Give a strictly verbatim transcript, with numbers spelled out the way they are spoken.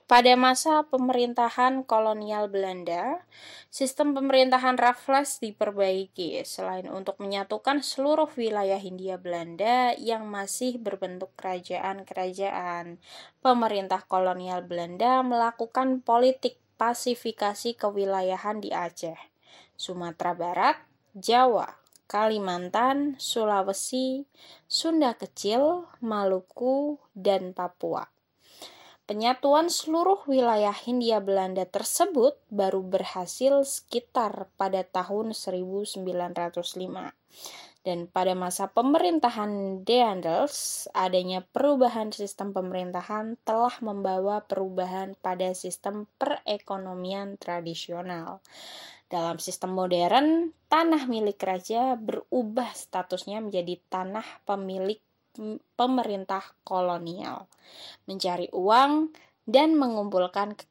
Pada masa pemerintahan kolonial Belanda, sistem pemerintahan Raffles diperbaiki selain untuk menyatukan seluruh wilayah Hindia Belanda yang masih berbentuk kerajaan-kerajaan. Pemerintah kolonial Belanda melakukan politik pasifikasi kewilayahan di Aceh, Sumatera Barat, Jawa, Kalimantan, Sulawesi, Sunda Kecil, Maluku, dan Papua. Penyatuan seluruh wilayah Hindia Belanda tersebut baru berhasil sekitar pada tahun seribu sembilan ratus lima. Dan pada masa pemerintahan Daendels, adanya perubahan sistem pemerintahan telah membawa perubahan pada sistem perekonomian tradisional. Dalam sistem modern, tanah milik raja berubah statusnya menjadi tanah pemilik pemerintah kolonial. Mencari uang dan mengumpulkan